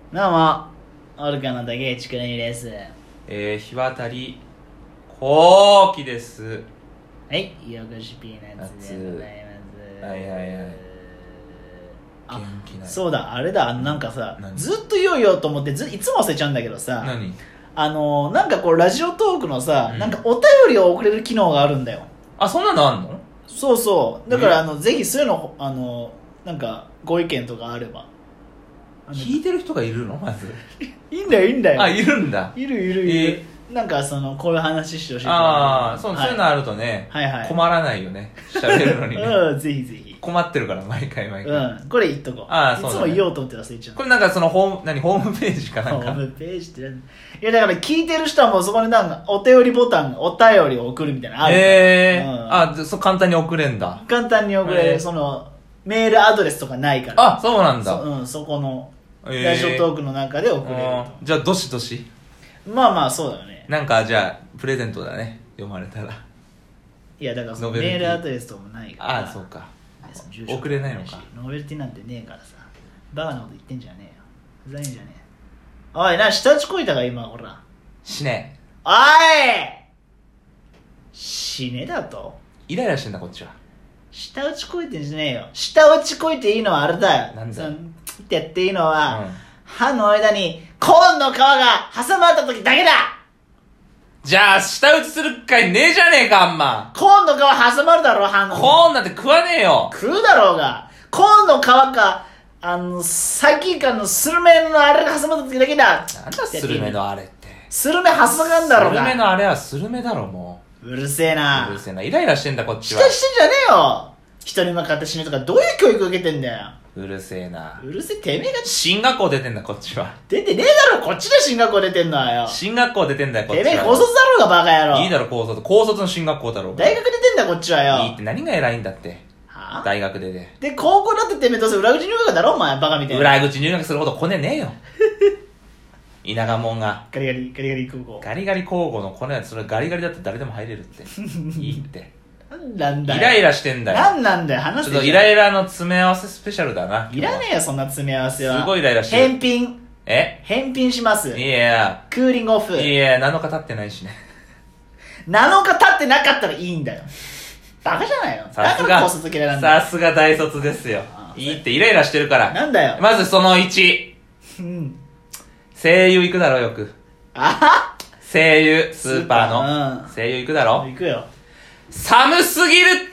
どうも、オルカの竹内くるみです。 日渡りこうきです。 はい、よこしピーナッツでございます。 はいはいはい。 あ、 元気ない。 そうだ、あれだ、なんかさ、 何ずっと言おうよと思っていつも忘れちゃうんだけどさ、 何なんかこう、ラジオトークのさ、なんかお便りを送れる機能があるんだよ。 あ、そんなのあんの？ そうそう。だから、ぜひそういうの、なんか、ご意見とかあれば。 聞いてる人がいるのまず。 いいんだよ、いいんだよ。 あ、いるんだ。 いる。なんかこういう話してほしいとか。 ああ、そうはいいうのあるとね、 はいはい。 困らないよね。喋るのにね。 うん、ぜひぜひ。 困ってるから、毎回。 これ言っとこう。 ああ、そうだね。 いつも言おうと思って忘れちゃう。 これなんかホームページかなんか。 ホームページって何？いや、だから聞いてる人はもうそこになんか、お便りボタン、お便りを送るみたいなのある。 簡単に送れんだ。 簡単に送れる、メールアドレスとかないから。 あ、そうなんだ。 そこの、ラジオトークの中で送れると。 じゃあ、どしどし。 まあまあ、そうだよね。 なんか、じゃあ、プレゼントだね。読まれたら。 いや、だからメールアドレスとかもないから。 ああ、そうか。送れないのか。 ノベルティなんてねえからさ。バカなこと言ってんじゃねえよ。ふざけんじゃねえよ。おい、下打ちこいたか今、ほら。 しねおい死ねだとイライラしてんだこっちは。 下打ちこいてんじゃねえよ。下打ちこいていいのはあれだよ。 なんだよってやっていいのは、歯の間にコーンの皮が挟まった時だけだ。 じゃあ舌打ちするかいねえじゃねえかあんま。 コーンの皮挟まるだろ歯の。 コーンなんて食わねえよ。 食うだろうが。コーンの皮か最近間のスルメのあれが挟まった時だけだ。 なんだスルメのあれって。 スルメ挟まんだろうが。 スルメのあれはスルメだろもうるせえな。 うるせえな。イライラしてんだこっちは。 してんじゃねえよ。人に向かって死ぬとかどういう教育受けてんだよ。 うるせえな。 うるせえ、てめえが進学校出てんだこっちは。 出てねえだろ。こっちで進学校出てんのはよ。 進学校出てんだよこっちは。 てめえ高卒だろうがバカ野郎。 いいだろ高卒の進学校だろうが。 大学出てんだこっちはよ。 いいって何が偉いんだって。 はぁ大学出て。 で高校だっててめえどうせ裏口入学だろお前バカみたいな。 裏口入学するほど来ねえよ。田舎者がガリガリ高校。 ガリガリ交互のこのやつ、それガリガリだって誰でも入れるっていいって。 なんだよ。 イライラしてんだよ。 なんだよ話せ。 ちょっとイライラの詰め合わせスペシャルだな。 いらねえよそんな詰め合わせは。 すごいイライラしてる。 返品します。 いやクーリングオフ。 いや7日経ってないしね。 7日経ってなかったらいいんだよ。バカじゃないの。だから高卒嫌いなんだよ。 さすが大卒ですよ。いいってイライラしてるから。 なんだよ。 まずその1。声優行くだろよく。声優スーパーの声優行くだろ。 行くよ。 寒すぎるって。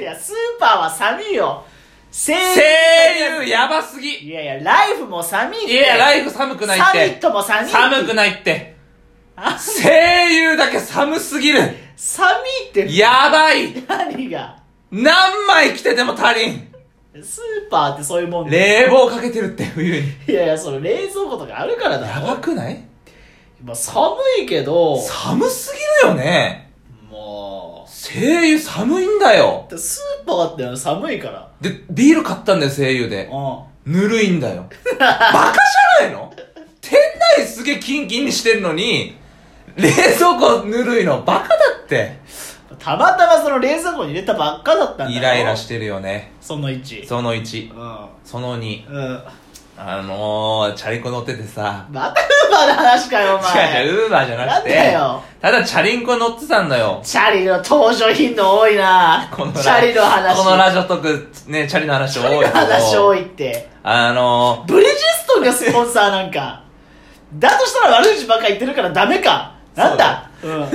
いやスーパーは寒いよ。 声優やばすぎ。 いやライフも寒いって。 いやライフ寒くないって。 サミットも寒いって。 寒くないって。声優だけ寒すぎる。 寒いってやばい。 何が何枚着てても足りん。 スーパーってそういうもん冷房かけてるって冬に。 いやその冷蔵庫とかあるからだろ。 やばくない？ まあ寒いけど寒すぎるよね。 もう声優寒いんだよ。 スーパーってのは寒いからでビール買ったんだよ声優で。ぬるいんだよ。バカじゃないの？店内すげえキンキンにしてんのに冷蔵庫ぬるいのバカだって。 たまたまその冷蔵庫に入れたばっかだったんだよ。 イライラしてるよね。 その1。 その1。その2。チャリンコ乗っててさ。 またウーバーの話かよお前。 違うウーバーじゃなくて。 なんだよ。 ただチャリンコ乗ってたんだよ。 チャリの登場頻度多いな。チャリの話。 このラジオトークね、チャリの話多いけど。 チャリの話多いって。 ブリヂストンがスポンサーなんか。だとしたら悪口ばっか言ってるからダメか。なんだ。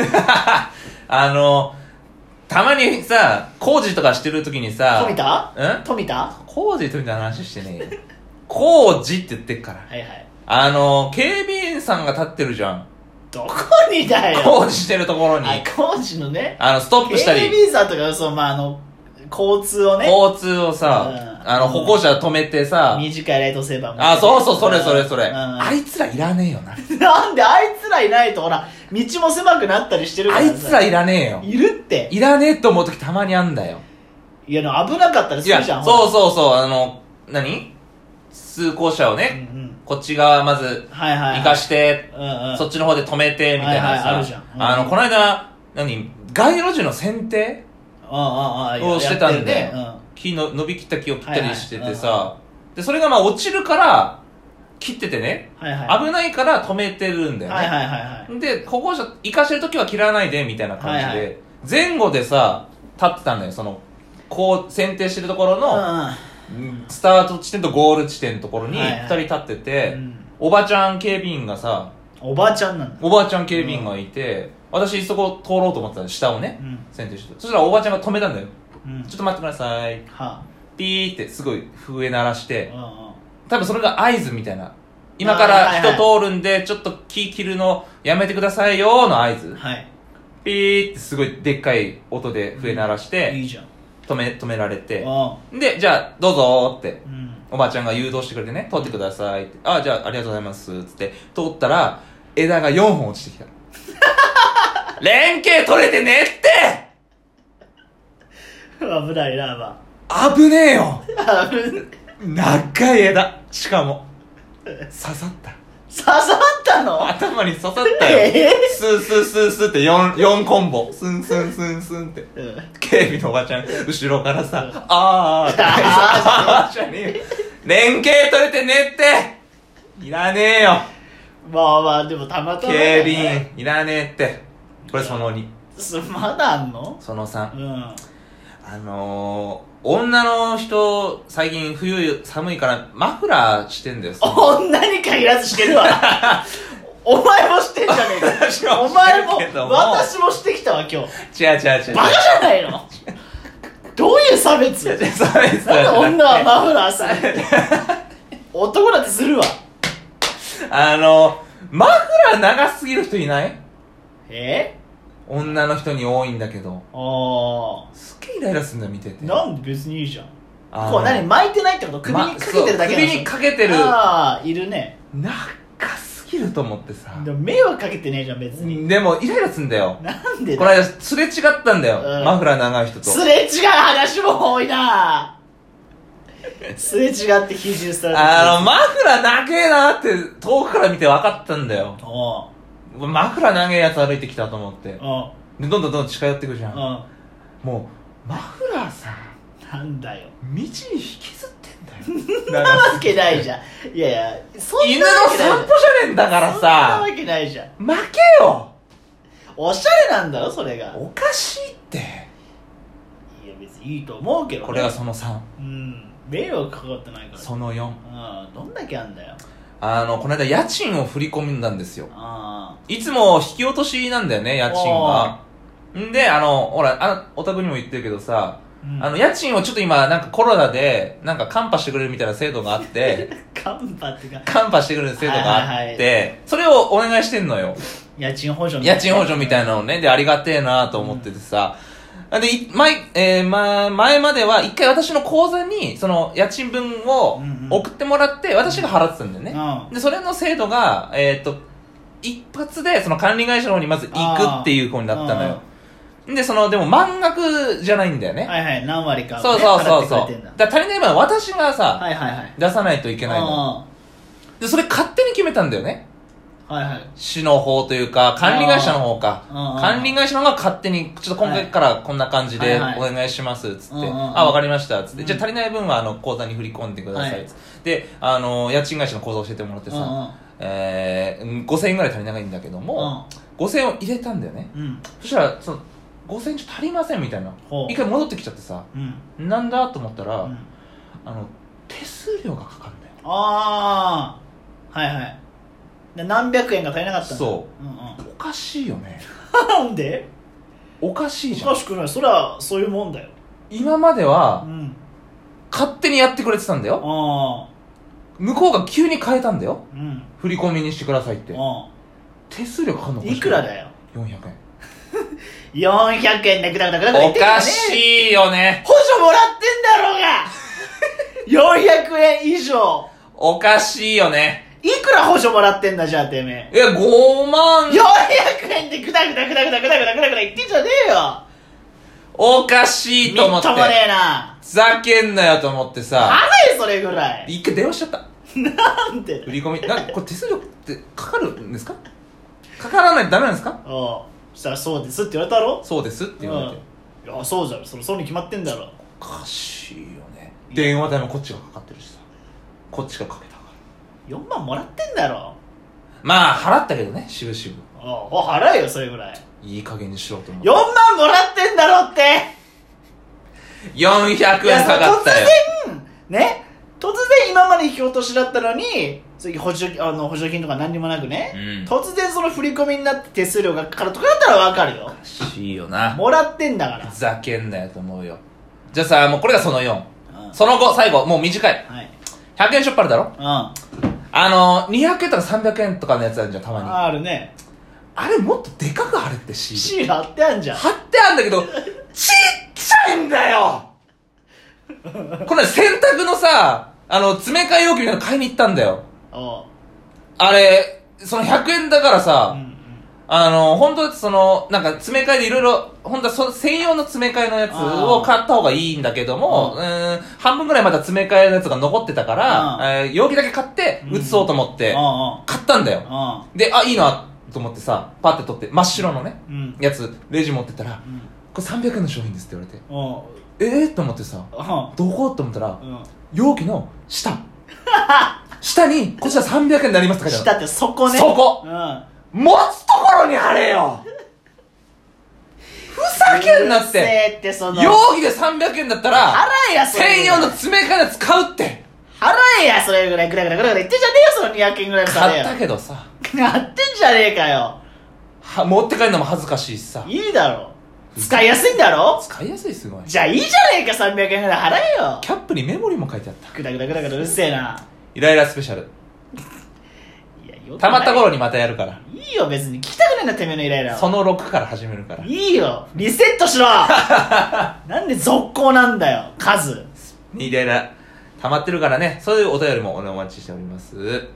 たまにさ、工事とかしてる時にさ、 富田工事富田の話してねえよ。工事って言ってっから。警備員さんが立ってるじゃん。 どこにだよ。 工事してるところに。 工事のね。 ストップしたり。 警備員さんとか、交通をね。 交通をさ、歩行者止めてさ。 短いライトセーバーも。そう、それ。あいつらいらねえよな。 なんであいつらいないと、ほら、道も狭くなったりしてるからあいつらいらねえよ。 いるって。 いらねえって思う時たまにあんだよ。 いや、危なかったりするじゃん。 そう、通行車をね、こっち側まず、行かして、そっちの方で止めて、みたいなさ。 あるじゃん。 この間、街路樹の剪定をしてたんで、伸びきった木を切ったりしててさ、で、それが落ちるから、 切っててね、 はいはい。 危ないから止めてるんだよね。 はいはいはいはい。 で、歩行者行かしてるときは切らないで、みたいな感じで、 はいはい、 前後でさ、立ってたんだよ。こう、選定してるところの、スタート地点とゴール地点のところに二人立ってて、おばちゃん警備員がさ、 おばちゃんなんだ。 おばちゃん警備員がいて、私そこ通ろうと思ってたの、下をね、選定して。そしたらおばちゃんが止めたんだよ。ちょっと待ってください。ピーってすごい笛鳴らして、多分それが合図みたいな。今から人通るんで、ちょっと木切るのやめてくださいよの合図。ピーってすごいでっかい音で笛鳴らして、 いいじゃん。 止められて、で、じゃあどうぞって、おばあちゃんが誘導してくれてね、通ってくださいって。あ、じゃあありがとうございますつって通ったら、枝が4本落ちてきた。連携取れてねって危ないな、まあ。危ねえよ。長い枝。しかも刺さった。 刺さったの？ 頭に刺さったよ。スースースースーって 4コンボ。スンスンスンスンって。警備のおばちゃん、後ろからさ、あーって。あーじゃねえよ。連携取れてねっていらねえよ。 まあまあ、でもたまたま、 警備員、いらねえって。これその2。 まだあんの？ その3。女の人、最近冬寒いからマフラーしてんだよ。 女に限らずしてるわ。お前もしてんじゃねえか。お前も、私もしてきたわ、今日。 違う。 バカじゃないの？どういう差別？ 差別なんで女はマフラーする？男だってするわ。 マフラー長すぎる人いない？女の人に多いんだけど。すっげえイライラすんだよ、見てて。 なんで別にいいじゃん。こう何巻いてないってこと？首にかけてるだけなの？ 首にかけてる。 いるね。 長すぎると思ってさ。 でも迷惑かけてねえじゃん、別に。 でもイライラすんだよ。 なんでだ？ この間すれ違ったんだよ、マフラー長い人と。 すれ違う話も多いな。すれ違って比重されてマフラー長えなって遠くから見て分かったんだよ。マフラー長えやつ歩いてきたと思って。でどんどん近寄ってくるじゃん。もうマフラーさ、 なんだよ、 道に引きずってんだよ。 なわけないじゃん。いやいや、そんな犬の散歩じゃねえんだからさ。 そんなわけないじゃん。 負けよ。 おしゃれなんだろそれが。 おかしいって。いや別にいいと思うけどね。 これがその3。 迷惑かかってないから。 その4。 どんだけあんだよ。 この間家賃を振り込んだんですよ。いつも引き落としなんだよね、家賃が。んで、ほら、お宅にも言ってるけどさ、家賃をちょっと今、なんかコロナで、なんかカンパしてくれるみたいな制度があって、 カンパってか。 カンパしてくれる制度があって、それをお願いしてんのよ。 家賃補助みたいなのね。で、ありがてえなと思っててさ、で、前までは一回私の口座に、その家賃分を送ってもらって、私が払ってたんだよね。で、それの制度が、一発でその管理会社の方にまず行くっていう風になったのよ。で、でも満額じゃないんだよね。 何割か、ね。 そう。だから足りない分は私がさ、出さないといけないの。で、それ勝手に決めたんだよね。市の方というか、管理会社の方か。管理会社の方が勝手に、ちょっと今回からこんな感じでお願いします、つって。わかりました、つって。じゃあ足りない分は、口座に振り込んでください、つって。で、家賃会社の口座教えてもらってさ、5000円ぐらい足りないんだけども、5000円を入れたんだよね。そしたら、5000円ちょっと足りませんみたいな。一回戻ってきちゃってさ、なんだと思ったら、手数料がかかるんだよ。 何百円が足りなかったんだ。 そう。おかしいよね。 なんで？ おかしいじゃん。 おかしくない。それはそういうもんだよ。 今までは、勝手にやってくれてたんだよ。向こうが急に変えたんだよ。振り込みにしてくださいって。手数料かかるのかしら。 いくらだよ。 400円。 400円でグダグダグダグダ言ってるおかしいよね。 補助もらってんだろうが。400円以上。 おかしいよね。 いくら補助もらってんだじゃあてめえ。 5万。 400円でグダグダグダグダグダグダグダグダ言ってんじゃねえよ。 おかしいと思って。 みっともねえな。 ふざけんなよと思ってさ。 あれそれぐらい。 一回電話しちゃった。 なんで振り込み。これ手数料ってかかるんですか？かからないとダメなんですか？ そしたらそうですって言われたろ？ そうですって言われて。 いや、そうじゃん。そうに決まってんだろ。 おかしいよね。電話代もこっちがかかってるしさ。こっちがかけたか 4万もらってんだろ。 まあ払ったけどね、しぶしぶ。 払えよそれぐらい。 いい加減にしろと思って。 4万もらってんだろって。 400円かかったよ。 突然今まで引き落としだったのに、補助金とか何にもなくね、突然その振り込みになって手数料がかかるとかだったら分かるよ。 おかしいよな。 もらってんだから。 ふざけんなよと思うよ。じゃあさ、もうこれがその4。その後、最後、もう短い。100円ショップあるだろ。200円とか300円とかのやつあるじゃん、たまに。 あるね。 あれもっとでかく貼れってシール。 シール貼ってあんじゃん。 貼ってあんだけど、ちっちゃいんだよこれ洗濯のさ、詰め替え容器みたいなの買いに行ったんだよ。あれ、その100円だからさ、本当はなんか詰め替えでいろいろ、本当は専用の詰め替えのやつを買った方がいいんだけども、半分ぐらいまだ詰め替えのやつが残ってたから、容器だけ買って移そうと思って、買ったんだよ。で、いいなと思ってさ、パッて取って、真っ白のね、やつ、レジ持ってったら、これ300円の商品ですって言われて、と思ってさ、どこと思ったら、容器の下。下に、こちら300円になりますって書いてある。 下ってそこね。 そこ持つところに貼れよふざけんなって。容器で300円だったら、 払えや、それ。 専用の詰め替えのやつ買うって。 払えや、それぐらい。ぐらぐら言ってんじゃねえよ、その200円ぐらいの買ったけどさ。 買ってんじゃねえかよ。 持って帰るのも恥ずかしいしさ。 いいだろ。使いやすいんだろ。 使いやすい、すごい。 じゃあいいじゃねえか、300円ぐらい払えよ。 キャップにメモリも書いてあった。 ぐらぐらうるせえな。 イライラスペシャル。たまった頃にまたやるから。 いいよ、別に聞きたくないんだ、てめえのイライラは。 その6から始めるから。 いいよ、リセットしろなんで続行なんだよ、数。 イライラ溜まってるからね、そういうお便りもお待ちしております。